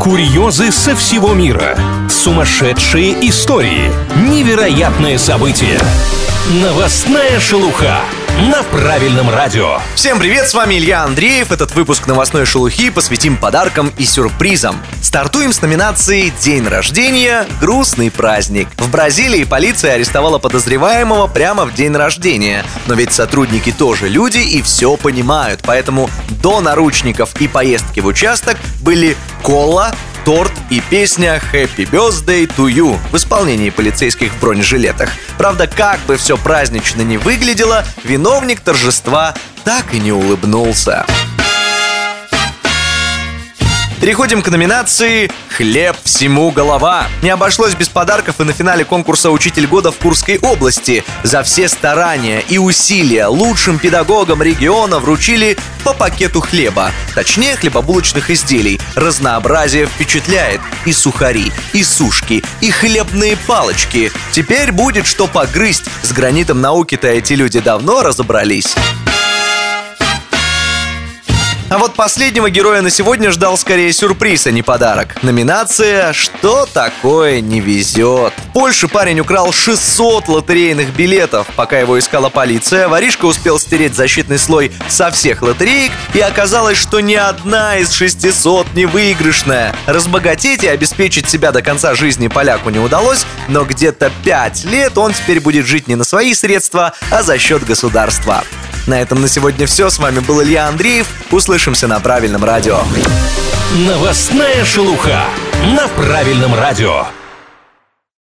Курьезы со всего мира. Сумасшедшие истории. Невероятные события. Новостная шелуха на правильном радио. Всем привет, с вами Илья Андреев. Этот выпуск новостной шелухи посвятим подаркам и сюрпризам. Стартуем с номинации «День рождения. Грустный праздник». В Бразилии полиция арестовала подозреваемого прямо в день рождения. Но ведь сотрудники тоже люди и все понимают. Поэтому до наручников и поездки в участок были кола, торт и песня «Happy Birthday to You» в исполнении полицейских в бронежилетах. Правда, как бы все празднично не выглядело, виновник торжества так и не улыбнулся. Переходим к номинации «Хлеб всему голова». Не обошлось без подарков и на финале конкурса «Учитель года» в Курской области. За все старания и усилия лучшим педагогам региона вручили по пакету хлеба. Точнее, хлебобулочных изделий. Разнообразие впечатляет. И сухари, и сушки, и хлебные палочки. Теперь будет что погрызть. С гранитом науки-то эти люди давно разобрались. А вот последнего героя на сегодня ждал скорее сюрприз, а не подарок. Номинация «Что такое не везет?». В Польше парень украл 600 лотерейных билетов. Пока его искала полиция, воришка успел стереть защитный слой со всех лотереек, и оказалось, что ни одна из 600 не выигрышная. Разбогатеть и обеспечить себя до конца жизни поляку не удалось, но где-то 5 лет он теперь будет жить не на свои средства, а за счет государства. На этом на сегодня все. С вами был Илья Андреев. Услышимся на правильном радио. Новостная шелуха на правильном радио.